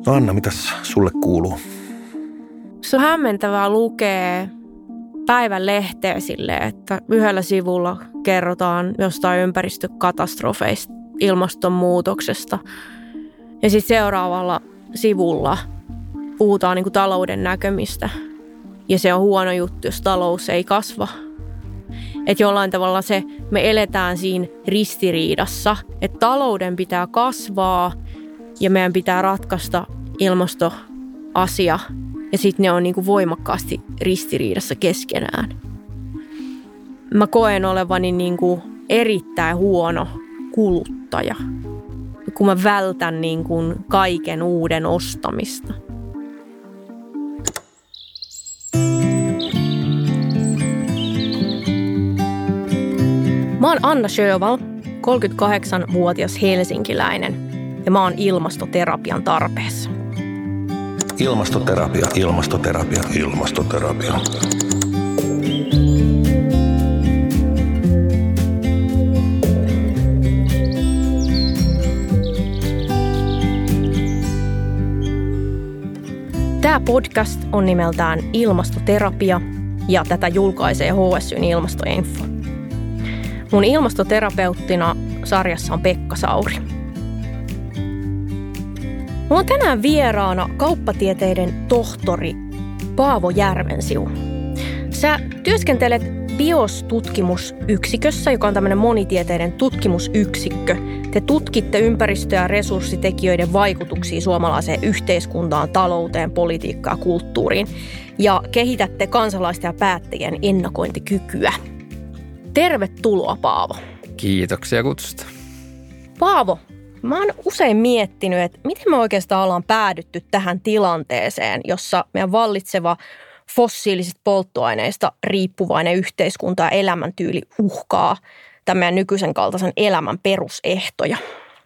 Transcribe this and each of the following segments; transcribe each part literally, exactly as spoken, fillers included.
No Anna, mitäs sulle kuuluu? Se on hämmentävää lukea päivän lehteä silleen, että yhdellä sivulla kerrotaan jostain ympäristökatastrofeista, ilmastonmuutoksesta. Ja sitten seuraavalla sivulla puhutaan niin kuin talouden näkemistä. Ja se on huono juttu, jos talous ei kasva. Että jollain tavalla se, me eletään siinä ristiriidassa, että talouden pitää kasvaa ja meidän pitää ratkaista ilmastoasia. Ja sitten ne on niin kuin voimakkaasti ristiriidassa keskenään. Mä koen olevani niin kuin erittäin huono kuluttaja, kun mä vältän niin kuin kaiken uuden ostamista. Mä oon Anna Sjöwall, kolmekymmentäkahdeksanvuotias helsinkiläinen, ja mä oon ilmastoterapian tarpeessa. Ilmastoterapia, ilmastoterapia, ilmastoterapia. Tämä podcast on nimeltään Ilmastoterapia ja tätä julkaisee H S Y:n Ilmastoinfo. Mun ilmastoterapeuttina sarjassa on Pekka Sauri. Mulla on tänään vieraana kauppatieteiden tohtori Paavo Järvensiu. Sä työskentelet BIOS-tutkimusyksikössä, joka on tämmöinen monitieteiden tutkimusyksikkö. Te tutkitte ympäristö- ja resurssitekijöiden vaikutuksia suomalaiseen yhteiskuntaan, talouteen, politiikkaan ja kulttuuriin ja kehitätte kansalaisten ja päättäjien ennakointikykyä. Tervetuloa, Paavo. Kiitoksia kutsusta. Paavo, mä oon usein miettinyt, että miten me oikeastaan ollaan päädytty tähän tilanteeseen, jossa meidän vallitseva fossiilisista polttoaineista riippuvainen yhteiskunta ja elämäntyyli uhkaa tämän meidän nykyisen kaltaisen elämän perusehtoja.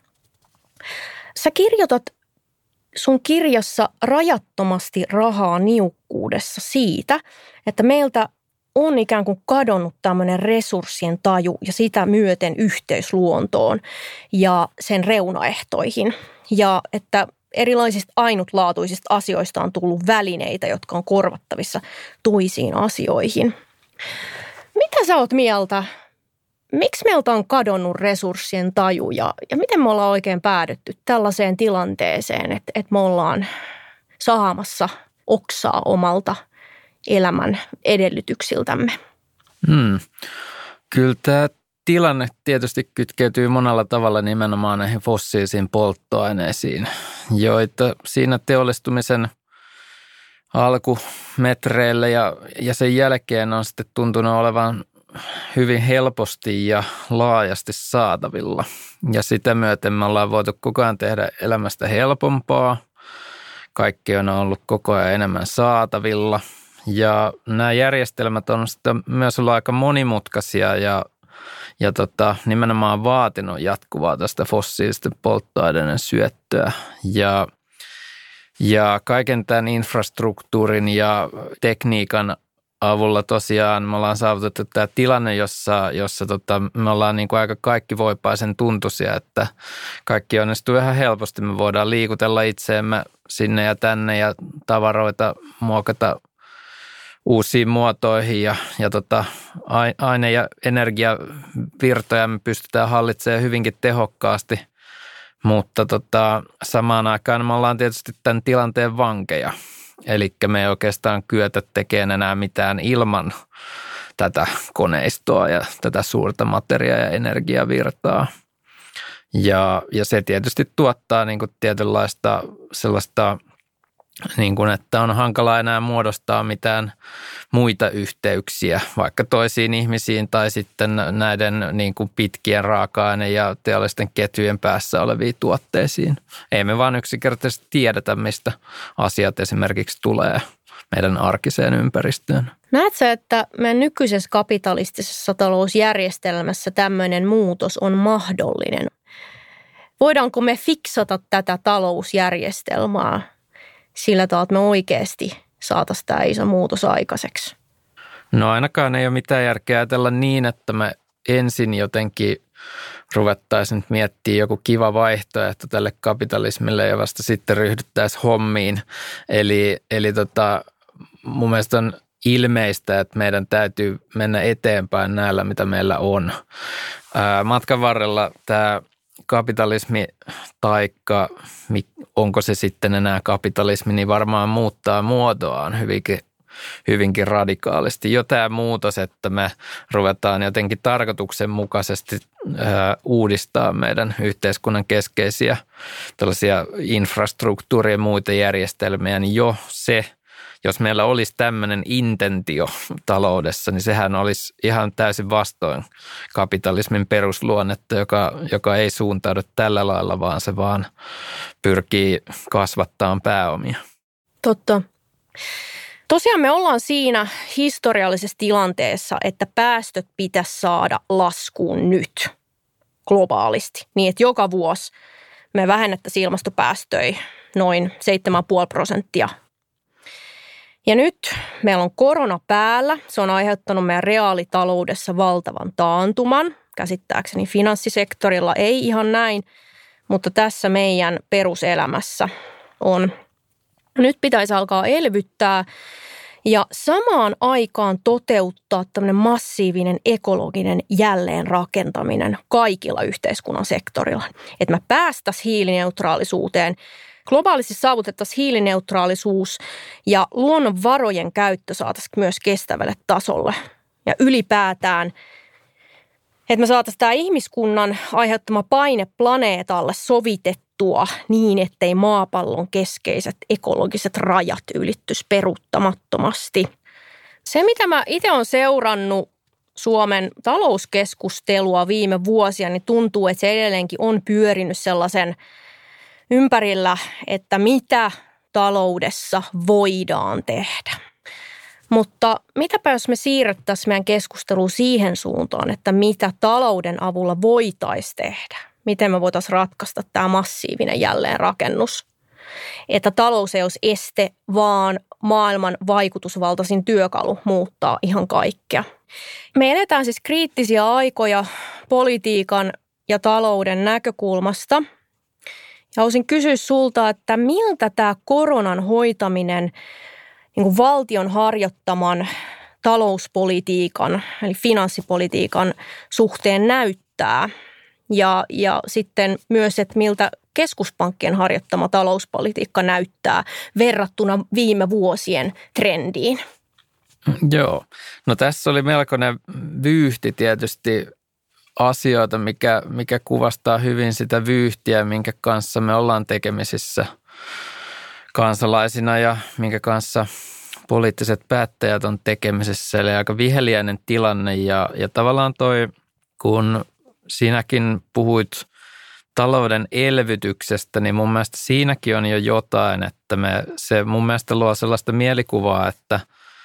Sä kirjoitat sun kirjassa Rajattomasti rahaa niukkuudessa siitä, että meiltä on ikään kuin kadonnut tämmöinen resurssien taju ja sitä myöten yhteys luontoon ja sen reunaehtoihin. Ja että erilaisista ainutlaatuisista asioista on tullut välineitä, jotka on korvattavissa toisiin asioihin. Mitä sä oot mieltä? Miksi meiltä on kadonnut resurssien taju ja, ja miten me ollaan oikein päädytty tällaiseen tilanteeseen, että, että me ollaan saamassa oksaa omalta elämän edellytyksiltämme? Hmm. Kyllä tämä tilanne tietysti kytkeytyy monella tavalla nimenomaan näihin fossiilisiin polttoaineisiin, joita siinä teollistumisen alkumetreillä ja, ja sen jälkeen on sitten tuntunut olevan hyvin helposti ja laajasti saatavilla. Ja sitä myöten me ollaan voitu koko ajan tehdä elämästä helpompaa. Kaikki on ollut koko ajan enemmän saatavilla. Ja nämä järjestelmät on sitten myös ollut aika monimutkaisia ja, ja tota, nimenomaan vaatinut jatkuvaa tästä fossiilisten polttoaineiden syöttöä. Ja, ja kaiken tämän infrastruktuurin ja tekniikan avulla tosiaan me ollaan saavutettu tämä tilanne, jossa, jossa tota, me ollaan niin kuin aika kaikkivoipaisen tuntuisia, että kaikki onnistuu ihan helposti. Me voidaan liikutella itseemme sinne ja tänne ja tavaroita muokata uusiin muotoihin ja, ja tota, aine- ja energiavirtoja me pystytään hallitsemaan hyvinkin tehokkaasti, mutta tota, samaan aikaan me ollaan tietysti tämän tilanteen vankeja. Eli me ei oikeastaan kyetä tekemään enää mitään ilman tätä koneistoa ja tätä suurta materia- ja energiavirtaa. Ja, ja se tietysti tuottaa niin kuin tietynlaista sellaista, niin kuin, että on hankala enää muodostaa mitään muita yhteyksiä, vaikka toisiin ihmisiin tai sitten näiden niin kuin pitkien raaka-aine- ja teollisten ketjujen päässä oleviin tuotteisiin. Ei me vaan yksinkertaisesti tiedetä, mistä asiat esimerkiksi tulee meidän arkiseen ympäristöön. Näetkö, että meidän nykyisessä kapitalistisessa talousjärjestelmässä tämmöinen muutos on mahdollinen? Voidaanko me fiksata tätä talousjärjestelmää sillä tavalla, että me oikeasti saataisiin tämä iso muutos aikaiseksi? No ainakaan ei ole mitään järkeä ajatella niin, että me ensin jotenkin ruvettaisiin nyt miettimään joku kiva vaihtoehto tälle kapitalismille ja vasta sitten ryhdyttäisiin hommiin. Eli, eli tota, mun mielestä on ilmeistä, että meidän täytyy mennä eteenpäin näillä, mitä meillä on. Ää, matkan varrella tämä kapitalismi, taikka onko se sitten enää kapitalismi, niin varmaan muuttaa muotoaan hyvinkin, hyvinkin radikaalisti. Jo tämä muutos, että me ruvetaan jotenkin tarkoituksenmukaisesti ää, uudistaa meidän yhteiskunnan keskeisiä tällaisia infrastruktuuria ja muita järjestelmiä, niin jo se, jos meillä olisi tämmöinen intentio taloudessa, niin sehän olisi ihan täysin vastoin kapitalismin perusluonnetta, joka, joka ei suuntaudu tällä lailla, vaan se vaan pyrkii kasvattamaan pääomia. Totta. Tosiaan me ollaan siinä historiallisessa tilanteessa, että päästöt pitäisi saada laskuun nyt globaalisti, niin että joka vuosi me vähennettäisiin ilmastopäästöjä noin seitsemän pilkku viisi prosenttia. Ja nyt meillä on korona päällä. Se on aiheuttanut meidän reaalitaloudessa valtavan taantuman. Käsittääkseni finanssisektorilla ei ihan näin, mutta tässä meidän peruselämässä on. Nyt pitäisi alkaa elvyttää ja samaan aikaan toteuttaa tämmöinen massiivinen ekologinen jälleenrakentaminen kaikilla yhteiskunnan sektorilla. Että me päästäisiin hiilineutraalisuuteen. Globaalisti saavutettaisiin hiilineutraalisuus ja luonnonvarojen käyttö saataisiin myös kestävälle tasolle. Ja ylipäätään, että me saataisiin tämä ihmiskunnan aiheuttama paine planeetalle sovitettua niin, ettei maapallon keskeiset ekologiset rajat ylittyisi peruuttamattomasti. Se, mitä mä itse olen seurannut Suomen talouskeskustelua viime vuosia, niin tuntuu, että se edelleenkin on pyörinyt sellaisen ympärillä, että mitä taloudessa voidaan tehdä. Mutta mitäpä jos me siirrettäisiin meidän keskusteluun siihen suuntaan, että mitä talouden avulla voitaisiin tehdä? Miten me voitaisiin ratkaista tämä massiivinen jälleenrakennus? Että talous ei olisi este, vaan maailman vaikutusvaltaisin työkalu muuttaa ihan kaikkea. Me eletään siis kriittisiä aikoja politiikan ja talouden näkökulmasta. Ja haluaisin kysyä sulta, että miltä tämä koronan hoitaminen niin kuin valtion harjoittaman talouspolitiikan, eli finanssipolitiikan suhteen näyttää. Ja, ja sitten myös, että miltä keskuspankkien harjoittama talouspolitiikka näyttää verrattuna viime vuosien trendiin. Joo, no tässä oli melkoinen vyyhti tietysti asioita, mikä, mikä kuvastaa hyvin sitä vyyhtiä, minkä kanssa me ollaan tekemisissä kansalaisina ja minkä kanssa poliittiset päättäjät on tekemisissä. Eli aika viheliäinen tilanne ja, ja tavallaan toi, kun sinäkin puhuit talouden elvytyksestä, niin mun mielestä siinäkin on jo jotain, että me, se mun mielestä luo sellaista mielikuvaa, että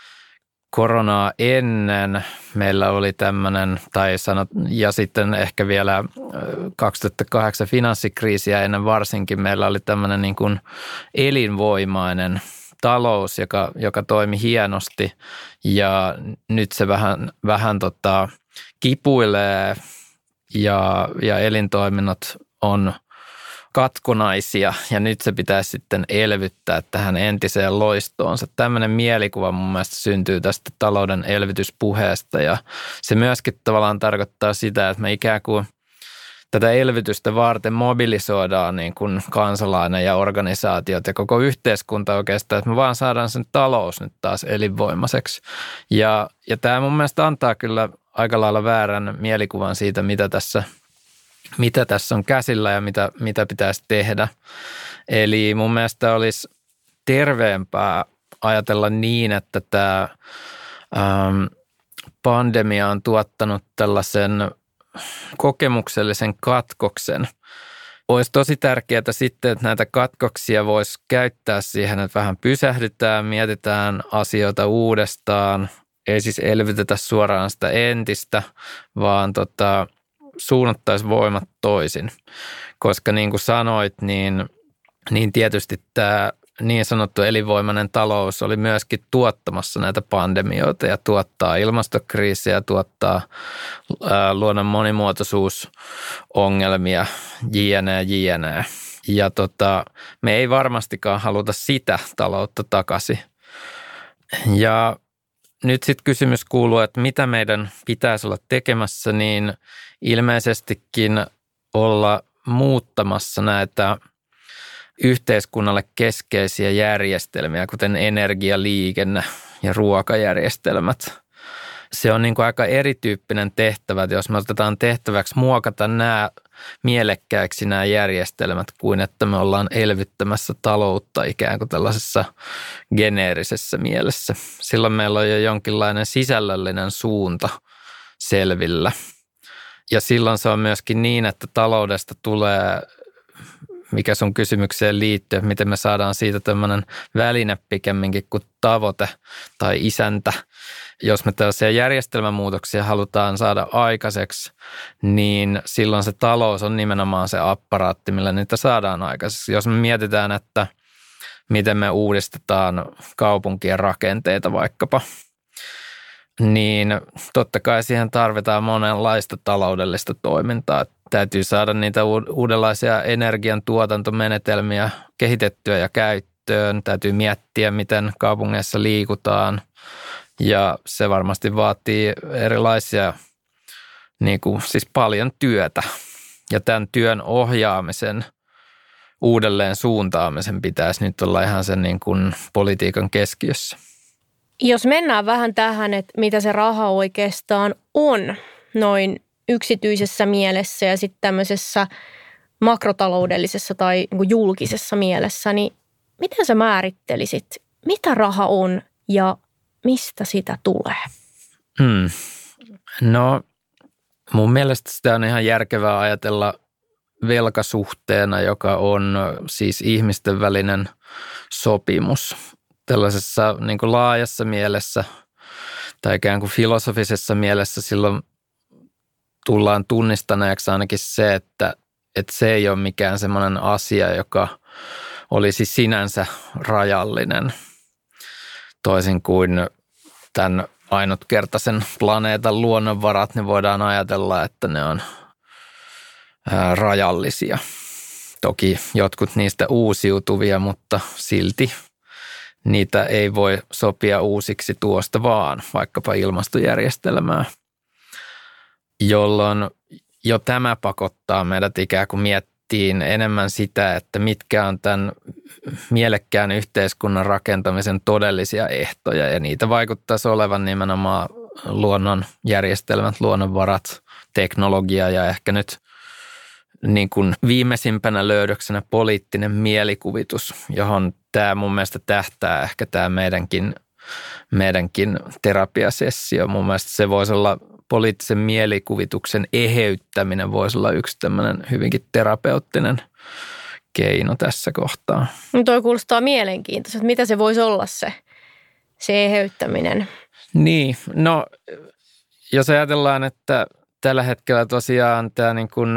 koronaa ennen meillä oli tämmöinen, tai sanot, ja sitten ehkä vielä kaksituhattakahdeksan finanssikriisiä ennen varsinkin meillä oli tämmöinen niin kuin elinvoimainen talous, joka, joka toimi hienosti ja nyt se vähän, vähän tota, kipuilee ja, ja elintoiminnot on katkonaisia ja nyt se pitäisi sitten elvyttää tähän entiseen loistoonsa. Tämmöinen mielikuva mun mielestä syntyy tästä talouden elvytyspuheesta ja se myöskin tavallaan tarkoittaa sitä, että me ikään kuin tätä elvytystä varten mobilisoidaan niin kuin kansalainen ja organisaatiot ja koko yhteiskunta oikeastaan, että me vaan saadaan sen talous nyt taas elinvoimaiseksi. Ja, ja tämä mun mielestä antaa kyllä aika lailla väärän mielikuvan siitä, mitä tässä mitä tässä on käsillä ja mitä, mitä pitäisi tehdä. Eli mun mielestä olisi terveempää ajatella niin, että tämä ähm, pandemia on tuottanut tällaisen kokemuksellisen katkoksen. Olisi tosi tärkeää sitten, että näitä katkoksia voisi käyttää siihen, että vähän pysähdytään, mietitään asioita uudestaan. Ei siis elvytetä suoraan sitä entistä, vaan tota, suunnattaisiin voimat toisin. Koska niin kuin sanoit, niin, niin tietysti tämä niin sanottu elinvoimainen talous oli myöskin tuottamassa näitä pandemioita ja tuottaa ilmastokriisiä, tuottaa ää, luonnon monimuotoisuusongelmia, jne, jne. Ja tota, me ei varmastikaan haluta sitä taloutta takaisin. Ja nyt sitten kysymys kuuluu, että mitä meidän pitäisi olla tekemässä, niin ilmeisestikin olla muuttamassa näitä yhteiskunnalle keskeisiä järjestelmiä, kuten energia, liikenne ja ruokajärjestelmät. Se on niin kuin aika erityyppinen tehtävä, että jos me otetaan tehtäväksi muokata nämä mielekkäiksi nämä järjestelmät, kuin että me ollaan elvyttämässä taloutta ikään kuin tällaisessa geneerisessä mielessä. Silloin meillä on jo jonkinlainen sisällöllinen suunta selvillä. Ja silloin se on myöskin niin, että taloudesta tulee, mikä sun kysymykseen liittyy, että miten me saadaan siitä tämmöinen väline pikemminkin kuin tavoite tai isäntä. Jos me tällaisia järjestelmämuutoksia halutaan saada aikaiseksi, niin silloin se talous on nimenomaan se apparaatti, millä niitä saadaan aikaiseksi. Jos me mietitään, että miten me uudistetaan kaupunkien rakenteita vaikkapa, niin totta kai siihen tarvitaan monenlaista taloudellista toimintaa. Täytyy saada niitä uudenlaisia energiantuotantomenetelmiä kehitettyä ja käyttöön. Täytyy miettiä, miten kaupungeissa liikutaan. Ja se varmasti vaatii erilaisia, niin kuin, siis paljon työtä. Ja tämän työn ohjaamisen, uudelleen suuntaamisen pitäisi nyt olla ihan sen niin kuin politiikan keskiössä. Jos mennään vähän tähän, että mitä se raha oikeastaan on noin yksityisessä mielessä ja sitten tämmöisessä makrotaloudellisessa tai niin kuin julkisessa mielessä, niin miten sä määrittelisit, mitä raha on ja mistä sitä tulee? Hmm. No mun mielestä sitä on ihan järkevää ajatella velkasuhteena, joka on siis ihmisten välinen sopimus. Tällaisessa niin kuin laajassa mielessä tai ikään kuin filosofisessa mielessä silloin tullaan tunnistaneeksi ainakin se, että, että se ei ole mikään semmoinen asia, joka olisi sinänsä rajallinen. Toisin kuin tämän ainutkertaisen planeetan luonnonvarat, niin voidaan ajatella, että ne on ää, rajallisia. Toki jotkut niistä uusiutuvia, mutta silti niitä ei voi sopia uusiksi tuosta vaan, vaikkapa ilmastojärjestelmää, jolloin jo tämä pakottaa meidät ikään kuin miettiin enemmän sitä, että mitkä on tämän mielekkään yhteiskunnan rakentamisen todellisia ehtoja, ja niitä vaikuttaisi olevan nimenomaan luonnon järjestelmät, luonnonvarat, teknologia ja ehkä nyt niin kuin viimeisimpänä löydöksenä poliittinen mielikuvitus, johon tämä mun mielestä tähtää ehkä tämä meidänkin, meidänkin terapiasessio. Mun mielestä se voisi olla poliittisen mielikuvituksen eheyttäminen voisi olla yksi tämmöinen hyvinkin terapeuttinen keino tässä kohtaa. No toi kuulostaa mielenkiintoista, että mitä se voisi olla se, se eheyttäminen? Niin, no jos ajatellaan, että tällä hetkellä tosiaan tämä niin kuin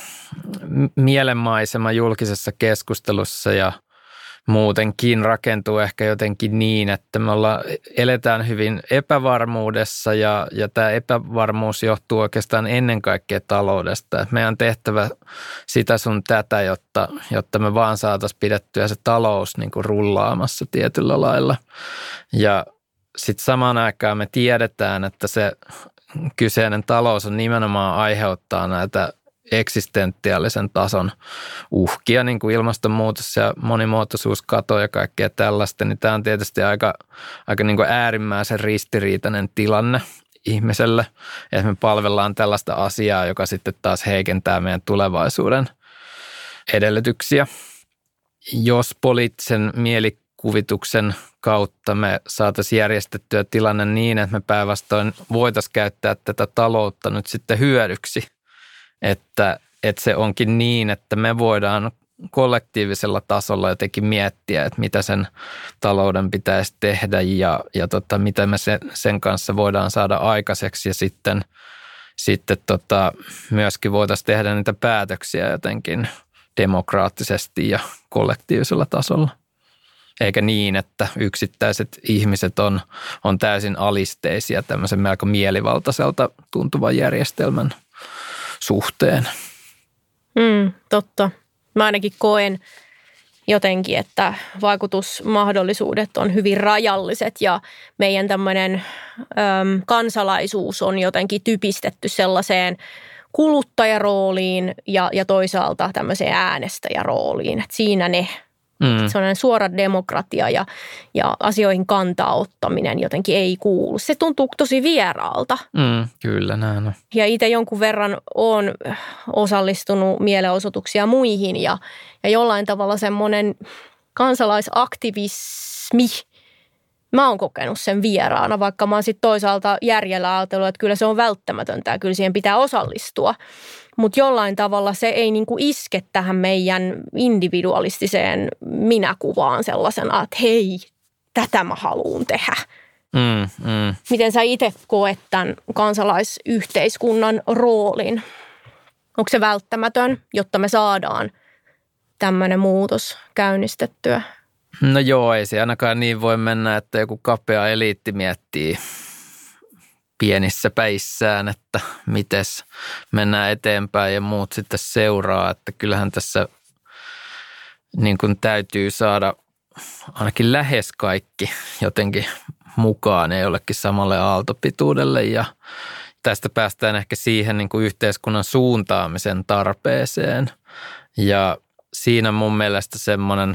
mielenmaisema julkisessa keskustelussa ja muutenkin rakentuu ehkä jotenkin niin, että me ollaan, eletään hyvin epävarmuudessa ja, ja tämä epävarmuus johtuu oikeastaan ennen kaikkea taloudesta. Et meidän on tehtävä sitä sun tätä, jotta, jotta me vaan saataisiin pidettyä se talous niin kuin rullaamassa tietyllä lailla. Ja sitten samaan aikaan me tiedetään, että se kyseinen talous on nimenomaan aiheuttaa näitä eksistentiaalisen tason uhkia, niin kuin ilmastonmuutos ja monimuotoisuuskato ja kaikkea tällaista, niin tämä on tietysti aika, aika niin kuin äärimmäisen ristiriitainen tilanne ihmiselle, että me palvellaan tällaista asiaa, joka sitten taas heikentää meidän tulevaisuuden edellytyksiä. Jos poliittisen mielikuvituksen kautta me saataisiin järjestettyä tilanne niin, että me päinvastoin voitaisiin käyttää tätä taloutta nyt sitten hyödyksi, Että, että se onkin niin, että me voidaan kollektiivisella tasolla jotenkin miettiä, että mitä sen talouden pitäisi tehdä ja, ja tota, mitä me sen, sen kanssa voidaan saada aikaiseksi ja sitten, sitten tota, myöskin voitaisiin tehdä niitä päätöksiä jotenkin demokraattisesti ja kollektiivisella tasolla. eikä niin, että yksittäiset ihmiset on, on täysin alisteisia tämmöisen melko mielivaltaiselta tuntuvan järjestelmän suhteen. Mm, totta. Mä ainakin koen jotenkin, että vaikutusmahdollisuudet on hyvin rajalliset ja meidän tämmöinen äm, kansalaisuus on jotenkin typistetty sellaiseen kuluttajarooliin ja, ja toisaalta tämmöiseen äänestäjärooliin. Että siinä ne, mm. sellainen suora demokratia ja, ja asioihin kantaa ottaminen jotenkin ei kuulu. Se tuntuu tosi vieraalta. Mm, kyllä, näin on. Ja itse jonkun verran olen osallistunut mielenosoituksia muihin ja, ja jollain tavalla semmoinen kansalaisaktivismi, mä oon kokenut sen vieraana, vaikka mä oon sitten toisaalta järjellä ajatellut, että kyllä se on välttämätöntä ja kyllä siihen pitää osallistua. Mutta jollain tavalla se ei niinku iske tähän meidän individualistiseen minäkuvaan sellaisena, että hei, tätä mä haluun tehdä. Mm, mm. Miten sä itse koet tämän kansalaisyhteiskunnan roolin? Onko se välttämätön, jotta me saadaan tämmöinen muutos käynnistettyä? No joo, ei se ainakaan niin voi mennä, että joku kapea eliitti miettii pienissä päissään, että mites mennään eteenpäin ja muut sitten seuraa. Että kyllähän tässä niin kuin täytyy saada ainakin lähes kaikki jotenkin mukaan ja jollekin samalle aaltopituudelle. Ja tästä päästään ehkä siihen niin kuin yhteiskunnan suuntaamisen tarpeeseen. Ja siinä mun mielestä semmoinen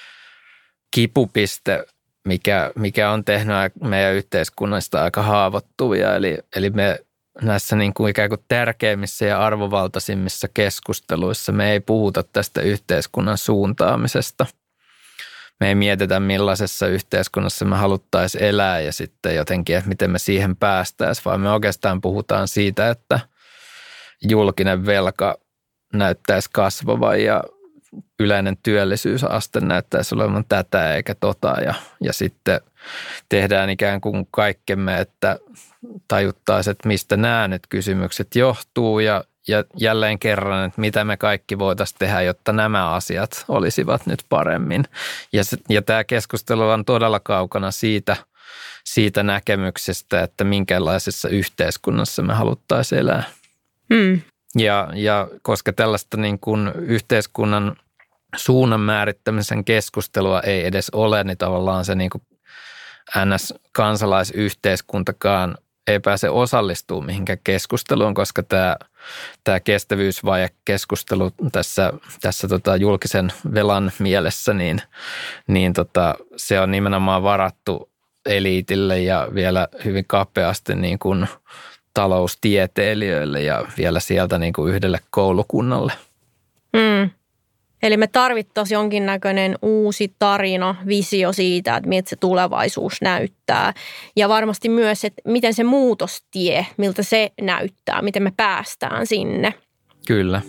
kipupiste, mikä, mikä on tehnyt meidän yhteiskunnasta aika haavoittuvia. Eli, eli me näissä niin kuin ikään kuin tärkeimmissä ja arvovaltaisimmissa keskusteluissa me ei puhuta tästä yhteiskunnan suuntaamisesta. Me ei mietitä, millaisessa yhteiskunnassa me haluttaisiin elää ja sitten jotenkin, että miten me siihen päästäisiin, vaan me oikeastaan puhutaan siitä, että julkinen velka näyttäisi kasvavan ja yleinen työllisyysaste näyttäisi olevan tätä eikä tota ja, ja sitten tehdään ikään kuin kaikkemme, että tajuttaisiin, että mistä nämä nyt kysymykset johtuu ja, ja jälleen kerran, että mitä me kaikki voitaisiin tehdä, jotta nämä asiat olisivat nyt paremmin. Ja, se, ja tämä keskustelu on todella kaukana siitä, siitä näkemyksestä, että minkälaisessa yhteiskunnassa me haluttaisiin elää. Hmm. Ja, ja koska tällaista niin kuin yhteiskunnan suunnan määrittämisen keskustelua ei edes ole, niin tavallaan se niin kuin N S-kansalaisyhteiskuntakaan ei pääse osallistumaan mihinkään keskusteluun, koska tämä, tämä kestävyysvajekeskustelu tässä, tässä tota julkisen velan mielessä, niin, niin tota, se on nimenomaan varattu eliitille ja vielä hyvin kapeasti niin kuin taloustieteilijöille ja vielä sieltä niin kuin yhdelle koulukunnalle. Mm. Eli me tarvittaisiin jonkinnäköinen uusi tarina, visio siitä, että miltä se tulevaisuus näyttää. Ja varmasti myös, että miten se muutostie, miltä se näyttää, miten me päästään sinne. Kyllä.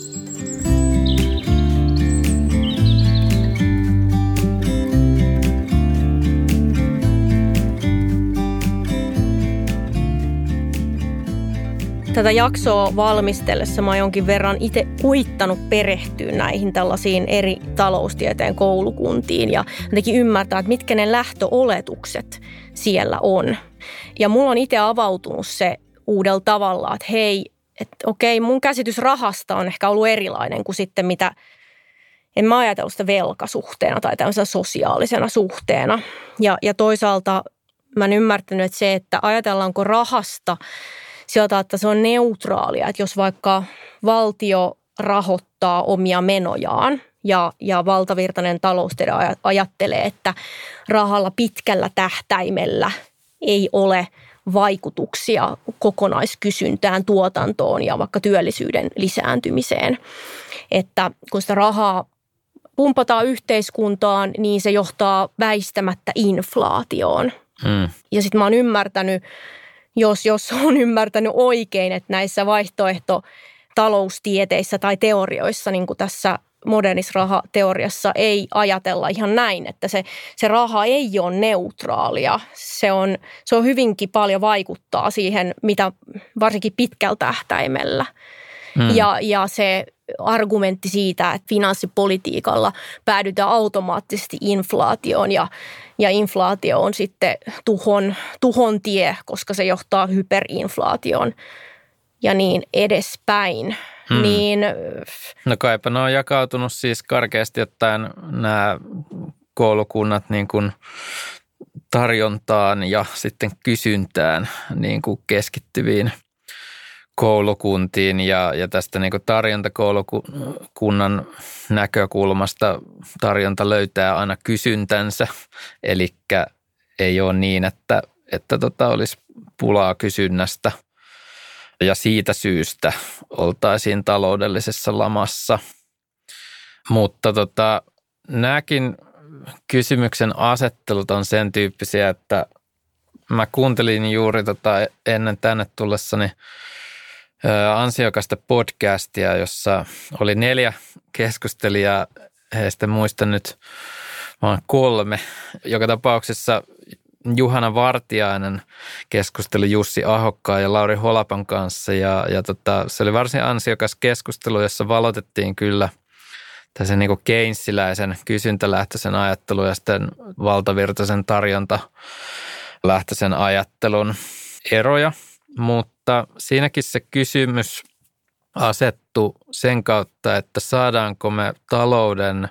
Tätä jaksoa valmistellessa mä oon jonkin verran itse uittanut perehtyä näihin tällaisiin eri taloustieteen koulukuntiin ja jotenkin ymmärtää, että mitkä ne lähtöoletukset siellä on. Ja mulla on itse avautunut se uudella tavalla, että hei, että okei, mun käsitys rahasta on ehkä ollut erilainen kuin sitten mitä, en mä ajatellut sitä velkasuhteena tai tämmöisenä sosiaalisena suhteena. Ja, ja toisaalta mä oon ymmärtänyt, että se, että ajatellaanko rahasta sieltä, että se on neutraalia, että jos vaikka valtio rahoittaa omia menojaan ja, ja valtavirtainen taloustiede ajattelee, että rahalla pitkällä tähtäimellä ei ole vaikutuksia kokonaiskysyntään, tuotantoon ja vaikka työllisyyden lisääntymiseen, että kun sitä rahaa pumpataan yhteiskuntaan, niin se johtaa väistämättä inflaatioon. Mm. Ja sitten mä oon ymmärtänyt, Jos, jos on ymmärtänyt oikein, että näissä vaihtoehtotaloustieteissä tai teorioissa, niin kuin tässä modernissa rahateoriassa, ei ajatella ihan näin, että se, se raha ei ole neutraalia. Se on, se on hyvinkin paljon vaikuttaa siihen, mitä varsinkin pitkällä tähtäimellä. Mm. Ja, ja se argumentti siitä, että finanssipolitiikalla päädytään automaattisesti inflaatioon ja, ja inflaatio on sitten tuhon, tuhon tie, koska se johtaa hyperinflaatioon ja niin edespäin. Hmm. Niin, no kaipa ne on jakautunut siis karkeasti ottaen nämä koulukunnat niin kuin tarjontaan ja sitten kysyntään niin kuin keskittyviin koulukuntiin ja, ja tästä niin kuin tarjontakoulukunnan näkökulmasta tarjonta löytää aina kysyntänsä, eli ei ole niin, että, että tota olisi pulaa kysynnästä ja siitä syystä oltaisiin taloudellisessa lamassa. Mutta tota, nämäkin kysymyksen asettelut on sen tyyppisiä, että mä kuuntelin juuri tota ennen tänne tullessani ansiokasta podcastia, jossa oli neljä keskustelijaa, heistä muistan nyt vaan kolme. Joka tapauksessa Juhana Vartiainen keskusteli Jussi Ahokkaan ja Lauri Holapan kanssa ja, ja tota, se oli varsin ansiokas keskustelu, jossa valotettiin kyllä tässä niin kuin keynesiläisen kysyntälähtöisen ajattelun ja sitten valtavirtaisen tarjontalähtöisen ajattelun eroja, mutta siinäkin se kysymys asettu sen kautta, että saadaanko me talouden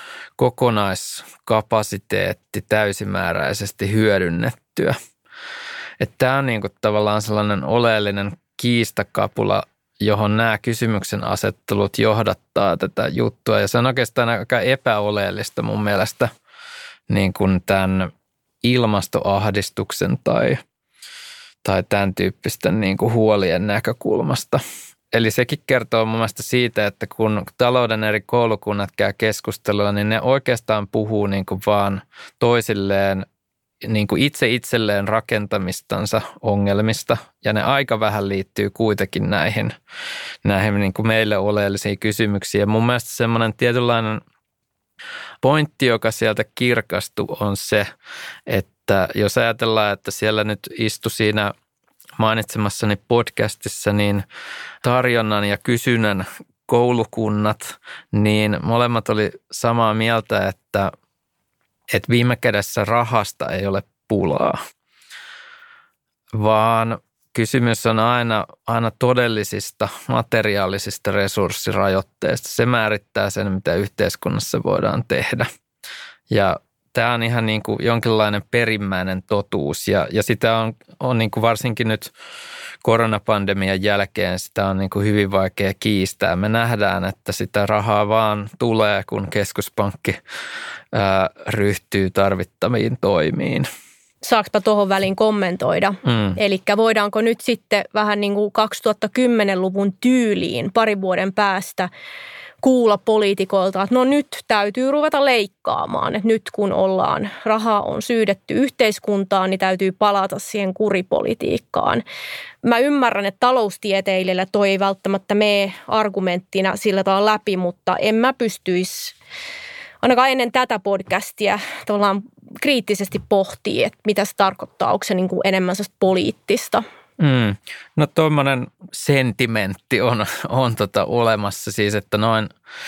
kokonaiskapasiteetti täysimääräisesti hyödynnettyä. Että tämä on niin kuin tavallaan sellainen oleellinen kiistakapula, johon nämä kysymyksen asettelut johdattaa tätä juttua. Ja se on oikeastaan aika epäoleellista mun mielestä niin kuin tämän ilmastoahdistuksen tai, tai tämän tyyppisten niin kuin huolien näkökulmasta. Eli sekin kertoo mun mielestä siitä, että kun talouden eri koulukunnat käy keskustelua, niin ne oikeastaan puhuu niin kuin vaan toisilleen niin kuin itse itselleen rakentamistansa ongelmista. Ja ne aika vähän liittyy kuitenkin näihin, näihin niin kuin meille oleellisiin kysymyksiin. Ja mun mielestä semmoinen tietynlainen pointti, joka sieltä kirkastui, on se, että jos ajatellaan, että siellä nyt istui siinä mainitsemassani podcastissa, niin tarjonnan ja kysynnän koulukunnat, niin molemmat oli samaa mieltä, että, että viime kädessä rahasta ei ole pulaa, vaan kysymys on aina, aina todellisista materiaalisista resurssirajoitteista. Se määrittää sen, mitä yhteiskunnassa voidaan tehdä. Ja tämä on ihan niin kuin jonkinlainen perimmäinen totuus ja, ja sitä on, on niin kuin varsinkin nyt koronapandemian jälkeen sitä on niin kuin hyvin vaikea kiistää. Me nähdään, että sitä rahaa vaan tulee, kun keskuspankki ää, ryhtyy tarvittaviin toimiin. Saanko tuohon väliin kommentoida? Mm. Eli voidaanko nyt sitten vähän niin kuin kaksituhattakymmenluvun tyyliin pari vuoden päästä kuulla poliitikoilta, että no nyt täytyy ruveta leikkaamaan, että nyt kun ollaan, rahaa on syydetty yhteiskuntaan, niin täytyy palata siihen kuripolitiikkaan. Mä ymmärrän, että taloustieteilijöillä toi ei välttämättä mene argumenttina sillä tavalla läpi, mutta en mä pystyisi ainakaan ennen tätä podcastia tavallaan kriittisesti pohtii, että mitä se tarkoittaa, onko se niin kuin enemmän poliittista. Mm. No tuommoinen sentimentti on, on tota olemassa siis, että noin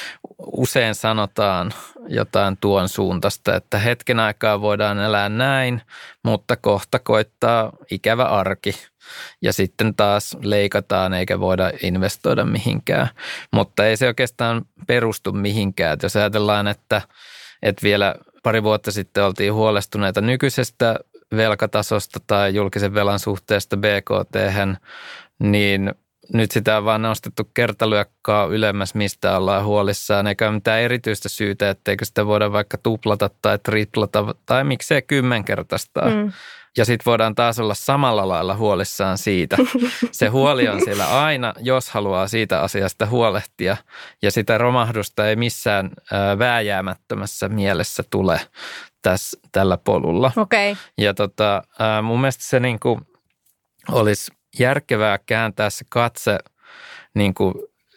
usein sanotaan jotain tuon suuntaista, että hetken aikaa voidaan elää näin, mutta kohta koittaa ikävä arki ja sitten taas leikataan eikä voida investoida mihinkään, mutta ei se oikeastaan perustu mihinkään. Jos ajatellaan, että, että vielä pari vuotta sitten oltiin huolestuneita nykyisestä velkatasosta tai julkisen velan suhteesta B K T:hen, niin nyt sitä on vaan nostettu kertaluokkaa ylemmäs, mistä ollaan huolissaan, eikä ole mitään erityistä syytä, etteikö sitä voida vaikka tuplata tai triplata tai miksei kymmenkertaistaa. Mm. Ja sitten voidaan taas olla samalla lailla huolissaan siitä. Se huoli on siellä aina, jos haluaa siitä asiasta huolehtia. Ja sitä romahdusta ei missään vääjäämättömässä mielessä tule tässä, tällä polulla. Okay. Ja tota, mun mielestä se niinku olisi järkevää kääntää se katse niinku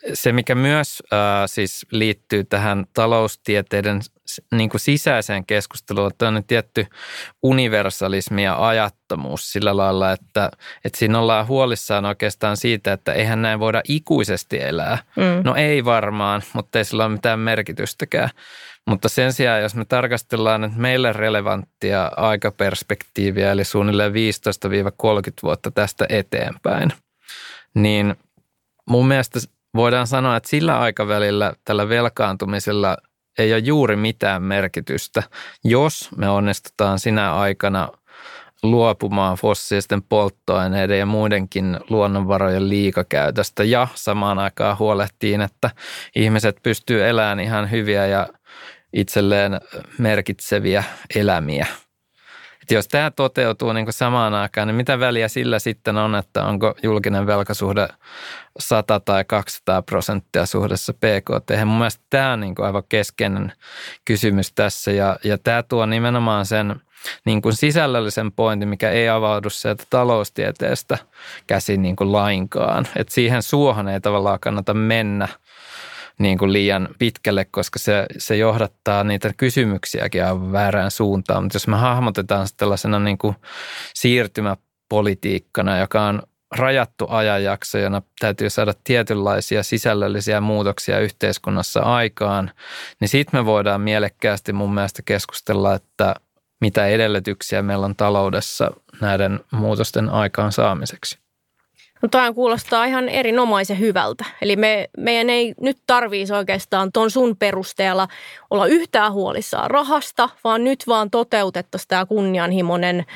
se, mikä myös äh, siis liittyy tähän taloustieteiden niin kuin sisäiseen keskusteluun, että on tietty universalismi ja ajattomuus sillä lailla, että, että siinä ollaan huolissaan oikeastaan siitä, että eihän näin voida ikuisesti elää. Mm. No ei varmaan, mutta ei sillä ole mitään merkitystäkään. Mutta sen sijaan, jos me tarkastellaan nyt meille relevanttia aikaperspektiiviä, eli suunnilleen viisitoista kolmekymmentä vuotta tästä eteenpäin, niin mun mielestä voidaan sanoa, että sillä aikavälillä tällä velkaantumisella ei ole juuri mitään merkitystä, jos me onnistutaan sinä aikana luopumaan fossiilisten polttoaineiden ja muidenkin luonnonvarojen liikakäytöstä ja samaan aikaan huolehtiin, että ihmiset pystyy elämään ihan hyviä ja itselleen merkitseviä elämiä. Et jos tämä toteutuu niin kuin samaan aikaan, niin mitä väliä sillä sitten on, että onko julkinen velkasuhde sata tai kaksisataa prosenttia suhteessa B K T. Mun mielestä tämä on niin kuin aivan keskeinen kysymys tässä ja, ja tämä tuo nimenomaan sen niin kuin sisällöllisen pointin, mikä ei avaudu sieltä taloustieteestä käsin niin kuin lainkaan. Et siihen suohon ei tavallaan kannata mennä niin kuin liian pitkälle, koska se, se johdattaa niitä kysymyksiäkin aivan väärään suuntaan. Mutta jos me hahmotetaan se tällaisena niin kuin siirtymäpolitiikkana, joka on rajattu ajanjakso, jona täytyy saada tietynlaisia sisällöllisiä muutoksia yhteiskunnassa aikaan, niin sitten me voidaan mielekkäästi mun mielestä keskustella, että mitä edellytyksiä meillä on taloudessa näiden muutosten aikaan saamiseksi. No tämä kuulostaa ihan erinomaisen hyvältä. Eli me, meidän ei nyt tarvitsisi oikeastaan ton sun perusteella olla yhtään huolissaan rahasta, vaan nyt vaan toteutettaisiin tämä kunnianhimoinen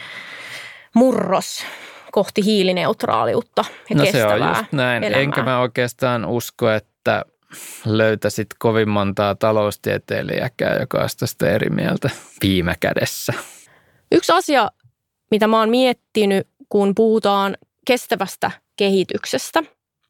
murros kohti hiilineutraaliutta ja no kestävää se on just näin. elämää. Enkä mä oikeastaan usko, että löytäisit kovin montaa taloustieteilijäkään, joka olisi tästä eri mieltä viime kädessä. Yksi asia, mitä mä oon miettinyt, kun puhutaan kestävästä kehityksestä.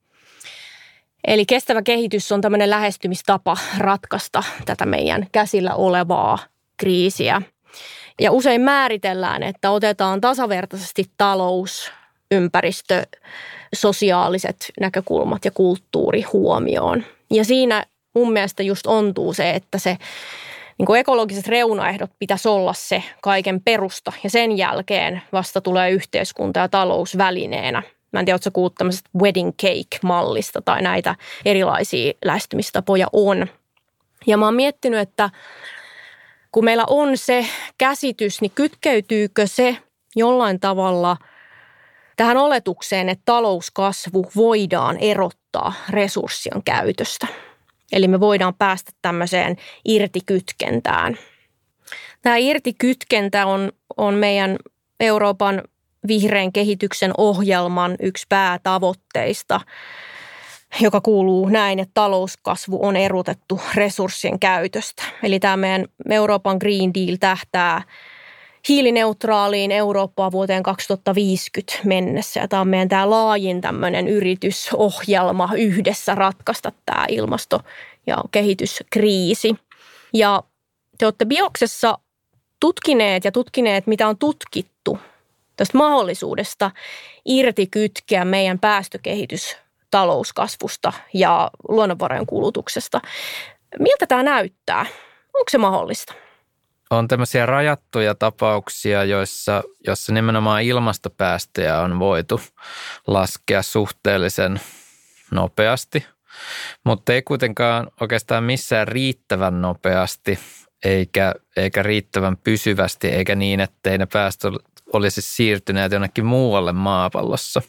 Eli kestävä kehitys on tämmöinen lähestymistapa ratkaista tätä meidän käsillä olevaa kriisiä. Ja usein määritellään, että otetaan tasavertaisesti talous, ympäristö, sosiaaliset näkökulmat ja kulttuuri huomioon. Ja siinä mun mielestä just ontuu se, että se niin kuin ekologiset reunaehdot pitäisi olla se kaiken perusta ja sen jälkeen vasta tulee yhteiskunta ja talous välineenä. Mä en tiedä, ootko kuullut tämmöisestä wedding cake-mallista tai näitä erilaisia lähestymistapoja on. Ja mä oon miettinyt, että kun meillä on se käsitys, niin kytkeytyykö se jollain tavalla tähän oletukseen, että talouskasvu voidaan erottaa resurssien käytöstä. Eli me voidaan päästä tämmöiseen irtikytkentään. Tämä irtikytkentä on, on meidän Euroopan vihreän kehityksen ohjelman yksi päätavoitteista, joka kuuluu näin, että talouskasvu on erotettu resurssien käytöstä. Eli tämä meidän Euroopan Green Deal tähtää hiilineutraaliin Eurooppaan vuoteen kaksituhattaviisikymmentä mennessä. Ja tämä on meidän tämä laajin tämmöinen yritysohjelma yhdessä ratkaista tämä ilmasto- ja kehityskriisi. Ja te olette Bioksessa tutkineet ja tutkineet, mitä on tutkittu tästä mahdollisuudesta irtikytkeä meidän päästökehitys talouskasvusta ja luonnonvarojen kulutuksesta. Miltä tämä näyttää? Onko se mahdollista? On tämmöisiä rajattuja tapauksia, joissa, joissa nimenomaan ilmastopäästöjä on voitu laskea suhteellisen nopeasti, mutta ei kuitenkaan oikeastaan missään riittävän nopeasti eikä, eikä riittävän pysyvästi eikä niin, ettei ne päästöt olisi siirtyneet jonnekin muualle maapallossa.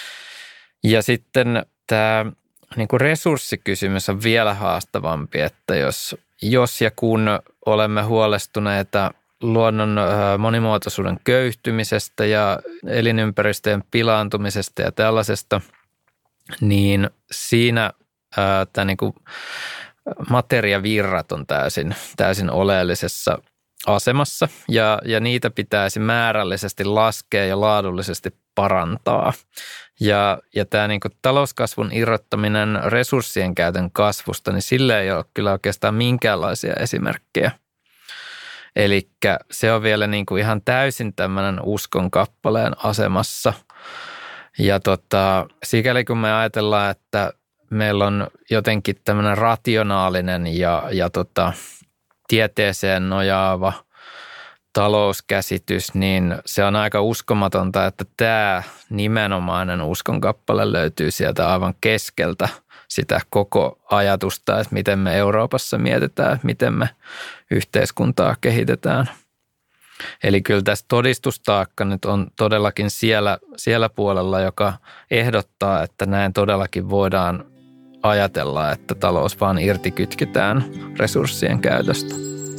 Ja sitten tämä niin kuin resurssikysymys on vielä haastavampi, että jos, jos ja kun olemme huolestuneita luonnon monimuotoisuuden köyhtymisestä ja elinympäristöjen pilaantumisesta ja tällaisesta, niin siinä ää, tämä niin kuin materiavirrat on täysin, täysin oleellisessa asemassa ja, ja niitä pitäisi määrällisesti laskea ja laadullisesti parantaa. Ja, ja tämä niin kuin talouskasvun irrottaminen resurssien käytön kasvusta, niin sille ei ole kyllä oikeastaan minkäänlaisia esimerkkejä. Eli se on vielä niin kuin ihan täysin tämmöinen uskon kappaleen asemassa. Ja tota, sikäli kun me ajatellaan, että meillä on jotenkin tämmöinen rationaalinen ja, ja tota, tieteeseen nojaava talouskäsitys, niin se on aika uskomatonta, että tämä nimenomainen uskonkappale löytyy sieltä aivan keskeltä sitä koko ajatusta, että miten me Euroopassa mietitään, miten me yhteiskuntaa kehitetään. Eli kyllä tässä todistustaakka nyt on todellakin siellä, siellä puolella, joka ehdottaa, että näin todellakin voidaan ajatella, että talous vaan irtikytketään resurssien käytöstä.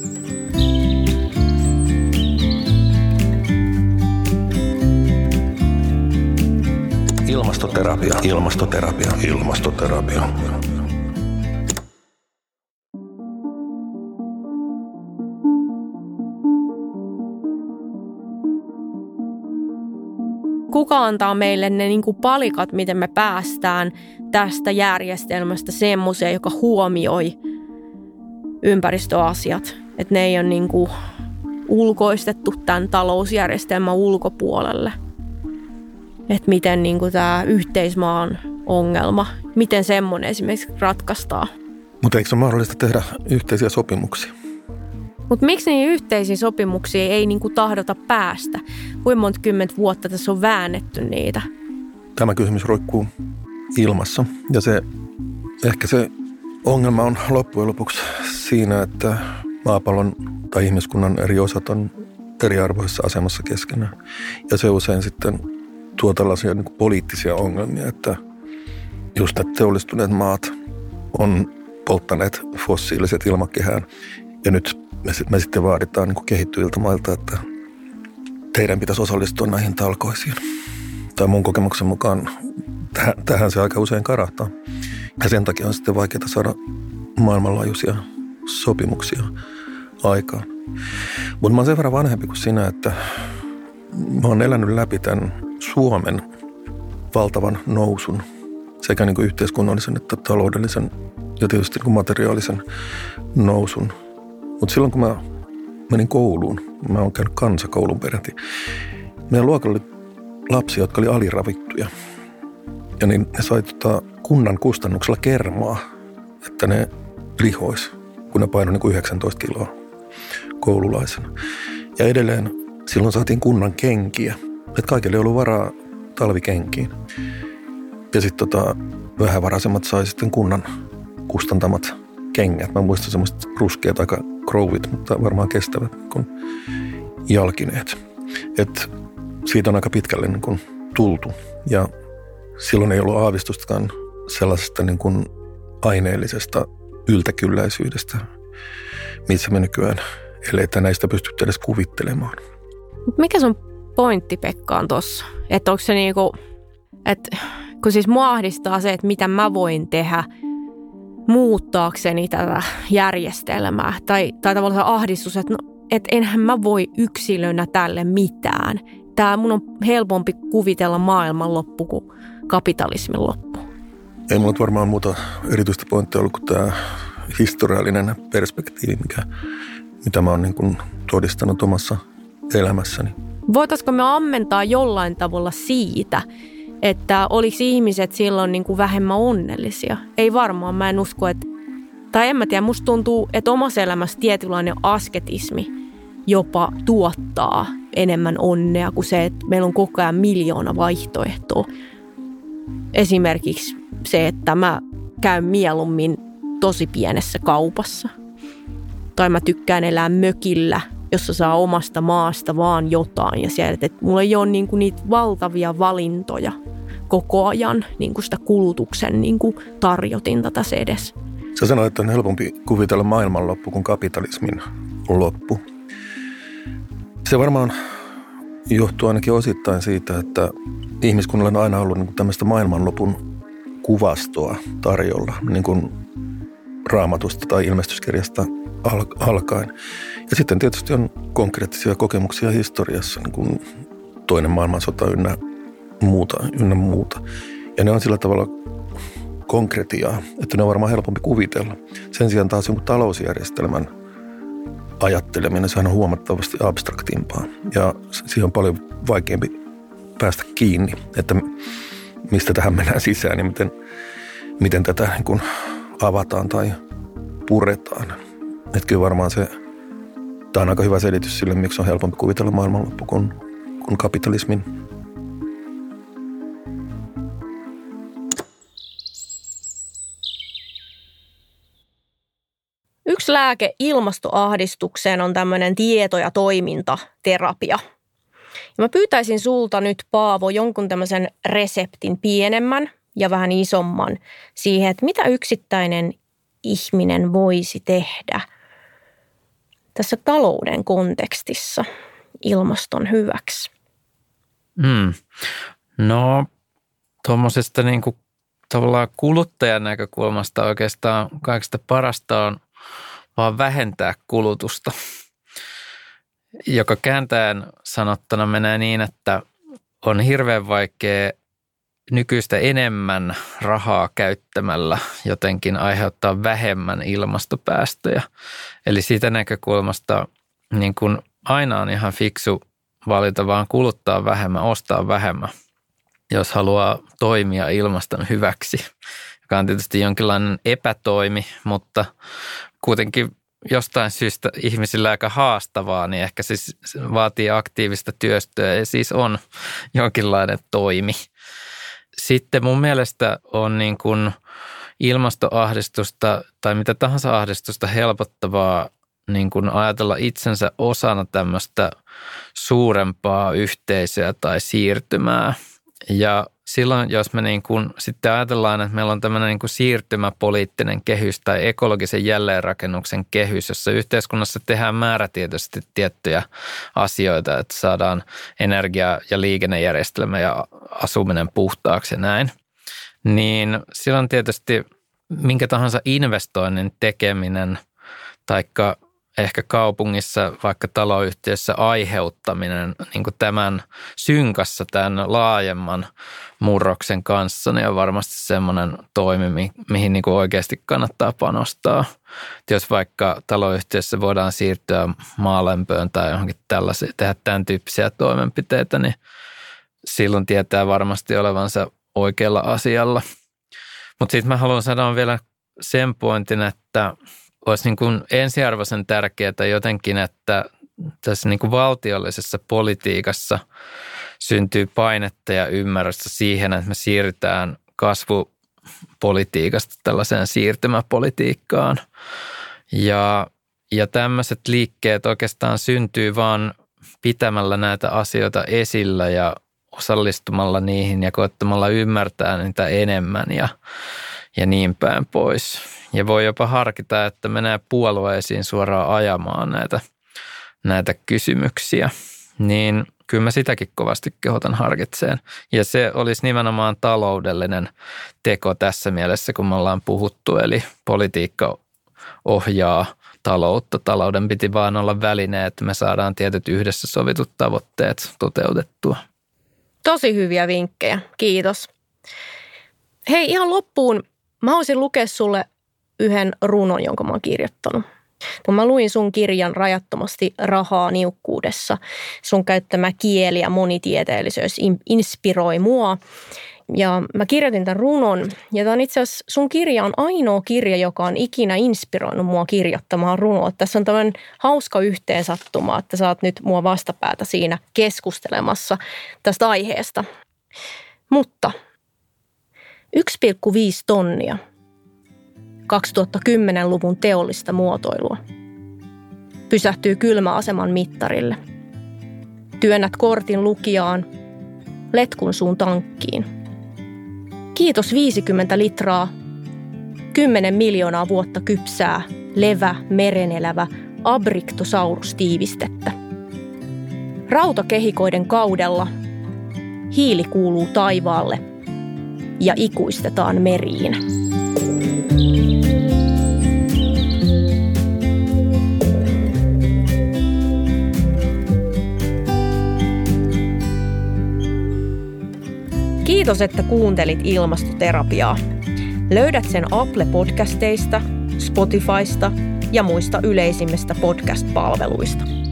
Ilmastoterapia, ilmastoterapia, ilmastoterapia. Kuka antaa meille ne niin kuin palikat, miten me päästään tästä järjestelmästä semmoiseen, joka huomioi ympäristöasiat. Että ne ei ole niin kuin ulkoistettu tämän talousjärjestelmän ulkopuolelle. Että miten niin kuin tämä yhteismaan ongelma, miten semmoinen esimerkiksi ratkaistaan. Mutta eikö se ole mahdollista tehdä yhteisiä sopimuksia? Mutta miksi niihin yhteisiin sopimuksiin ei niin kuin tahdota päästä? Kuinka monta kymmentä vuotta tässä on väännetty niitä? Tämä kysymys roikkuu ilmassa. Ja se, ehkä se ongelma on loppujen lopuksi siinä, että maapallon tai ihmiskunnan eri osat on eriarvoisessa asemassa keskenään. Ja se usein sitten tuo tällaisia niin kuin poliittisia ongelmia, että just nämä teollistuneet maat on polttaneet fossiiliset ilmakehään. Ja nyt me, me sitten vaaditaan niin kuin kehittyviltä mailta, että teidän pitäisi osallistua näihin talkoisiin. Tai mun kokemuksen mukaan tähän, tähän se aika usein karahtaa. Ja sen takia on sitten vaikeaa saada maailmanlaajuisia sopimuksia aikaan. Mutta mä oon sen verran vanhempi kuin sinä, että mä oon elänyt läpi tämän Suomen valtavan nousun, sekä niin kuin yhteiskunnallisen että taloudellisen ja tietysti niin kuin materiaalisen nousun. Mutta silloin kun mä menin kouluun, mä oon käynyt kansakoulun peräti, meidän luokalla oli lapsia, jotka oli aliravittuja. Ja niin ne sai tota kunnan kustannuksella kermaa, että ne lihois, kun ne painoi niin kuin yhdeksäntoista kiloa koululaisena. Ja edelleen silloin saatiin kunnan kenkiä, että kaikille ei ollut varaa talvikenkiin. Ja sitten tota, vähävaraisemmat sai sitten kunnan kustantamat kengät. Mä muistan semmoiset ruskeat aika krouvit, mutta varmaan kestävät niin kuin jalkineet. Et siitä on aika pitkälle niin kuin tultu. Ja silloin ei ollut aavistustakaan sellaisesta niin kuin aineellisesta yltäkylläisyydestä, missä me nykyään eletään, näistä pystytte edes kuvittelemaan. Mikä sun pointti, Pekka, on tossa? Että onko se niinku, että kun siis mua ahdistaa se, että mitä mä voin tehdä muuttaakseni tätä järjestelmää. Tai, tai tavallaan ahdistus, että, no, että enhän mä voi yksilönä tälle mitään. Tää mun on helpompi kuvitella maailmanloppu kuin kapitalismin loppu. Ei mulla varmaan muuta erityistä pointtia ollut kuin tämä historiallinen perspektiivi, mikä, mitä mä oon niin kuin todistanut omassa elämässäni. Voitaisiko me ammentaa jollain tavalla siitä, että oliko ihmiset silloin niin kuin vähemmän onnellisia? Ei varmaan, mä en usko, että, tai en mä tiedä, musta tuntuu, että omassa elämässä tietynlainen asketismi jopa tuottaa enemmän onnea kuin se, että meillä on koko ajan miljoona vaihtoehtoa. Esimerkiksi se, että mä käyn mieluummin tosi pienessä kaupassa. Tai mä tykkään elää mökillä, jossa saa omasta maasta vaan jotain. Ja sieltä, että mulla ei ole niinku niitä valtavia valintoja koko ajan, niinku sitä kulutuksen niinku tarjotinta tässä edessä. Sä sanoit, että on helpompi kuvitella maailmanloppu kuin kapitalismin loppu. Se varmaan johtuu ainakin osittain siitä, että ihmiskunnalla on aina ollut niinku tämmöistä maailmanlopun kuvastoa tarjolla, niin kuin Raamatusta tai ilmestyskirjasta alkaen. Ja sitten tietysti on konkreettisia kokemuksia historiassa, niin kuin toinen maailmansota ynnä muuta, ynnä muuta. Ja ne on sillä tavalla konkretiaa, että ne on varmaan helpompi kuvitella. Sen sijaan taas jonkun talousjärjestelmän ajatteleminen, sehän on huomattavasti abstraktimpaa. Ja siihen on paljon vaikeampi päästä kiinni, että mistä tähän mennään sisään ja miten, miten tätä niin kuin avataan tai puretaan. Että kyllä varmaan se, tämä on aika hyvä selitys sille, miksi on helpompi kuvitella maailmanloppu kuin, kuin kapitalismin. Yksi lääke ilmastoahdistukseen on tämmöinen tieto- ja toimintaterapia. Ja mä pyytäisin sulta nyt, Paavo, jonkun tämmöisen reseptin, pienemmän ja vähän isomman siihen, että mitä yksittäinen ihminen voisi tehdä tässä talouden kontekstissa ilmaston hyväksi. Mm. No tuommoisesta niin kuin tavallaan kuluttajan näkökulmasta oikeastaan kaikista parasta on vaan vähentää kulutusta, joka kääntäen sanottuna menee niin, että on hirveän vaikea nykyistä enemmän rahaa käyttämällä jotenkin aiheuttaa vähemmän ilmastopäästöjä. Eli siitä näkökulmasta niin kuin aina on ihan fiksu valita vaan kuluttaa vähemmän, ostaa vähemmän, jos haluaa toimia ilmaston hyväksi, joka on tietysti jonkinlainen epätoimi, mutta kuitenkin jostain syystä ihmisillä aika haastavaa, niin ehkä siis vaatii aktiivista työstöä ja siis on jonkinlainen toimi. Sitten mun mielestä on niin kuin ilmastoahdistusta tai mitä tahansa ahdistusta helpottavaa niin kuin ajatella itsensä osana tämmöistä suurempaa yhteisöä tai siirtymää. Ja silloin, jos me niin kuin sitten ajatellaan, että meillä on tämmöinen niin kuin siirtymäpoliittinen kehys tai ekologisen jälleenrakennuksen kehys, jossa yhteiskunnassa tehdään määrätietoisesti tiettyjä asioita, että saadaan energia- ja liikennejärjestelmä ja asuminen puhtaaksi ja näin, niin silloin tietysti minkä tahansa investoinnin tekeminen taikka ehkä kaupungissa, vaikka taloyhtiössä aiheuttaminen niin kuin tämän synkassa, tämän laajemman murroksen kanssa, niin on varmasti semmoinen toimi, mihin niin kuin oikeasti kannattaa panostaa. Jos vaikka taloyhtiössä voidaan siirtyä maalämpöön tai johonkin tällaisia, tehdä tämän tyyppisiä toimenpiteitä, niin silloin tietää varmasti olevansa oikealla asialla. Mutta sitten mä haluan sanoa vielä sen pointin, että olisi niin kuin ensiarvoisen tärkeää jotenkin, että tässä niin kuin valtiollisessa politiikassa syntyy painetta ja ymmärrystä siihen, että me siirrytään kasvupolitiikasta tällaiseen siirtymäpolitiikkaan. Ja, ja tämmöiset liikkeet oikeastaan syntyy vaan pitämällä näitä asioita esillä ja osallistumalla niihin ja koettamalla ymmärtää niitä enemmän ja, ja niin päin pois. Ja voi jopa harkita, että menee puolueisiin suoraan ajamaan näitä, näitä kysymyksiä. Niin kyllä mä sitäkin kovasti kehotan harkitseen. Ja se olisi nimenomaan taloudellinen teko tässä mielessä, kun me ollaan puhuttu. Eli politiikka ohjaa taloutta. Talouden piti vaan olla väline, että me saadaan tietyt yhdessä sovitut tavoitteet toteutettua. Tosi hyviä vinkkejä. Kiitos. Hei, ihan loppuun mä haluaisin lukea sulle yhden runon, jonka mä oon kirjoittanut. Kun mä luin sun kirjan Rajattomasti rahaa niukkuudessa, sun käyttämä kieli ja monitieteellisyys inspiroi mua. Ja mä kirjoitin tämän runon, ja tämä on itse asiassa, sun kirja on ainoa kirja, joka on ikinä inspiroinut mua kirjoittamaan runoa. Tässä on tämmöinen hauska yhteensattuma, että sä oot nyt mua vastapäätä siinä keskustelemassa tästä aiheesta. Mutta yksi pilkku viisi tonnia kaksituhattakymmenluvun teollista muotoilua pysähtyy kylmäaseman mittarille. Työnnät kortin lukijaan, letkun suun tankkiin. Kiitos viisikymmentä litraa, kymmenen miljoonaa vuotta kypsää, levä, merenelävä, abriktosaurus-tiivistettä. Rautakehikoiden kaudella hiili kuuluu taivaalle ja ikuistetaan meriin. Kiitos, että kuuntelit Ilmastoterapiaa. Löydät sen Apple-podcasteista, Spotifysta ja muista yleisimmistä podcast-palveluista.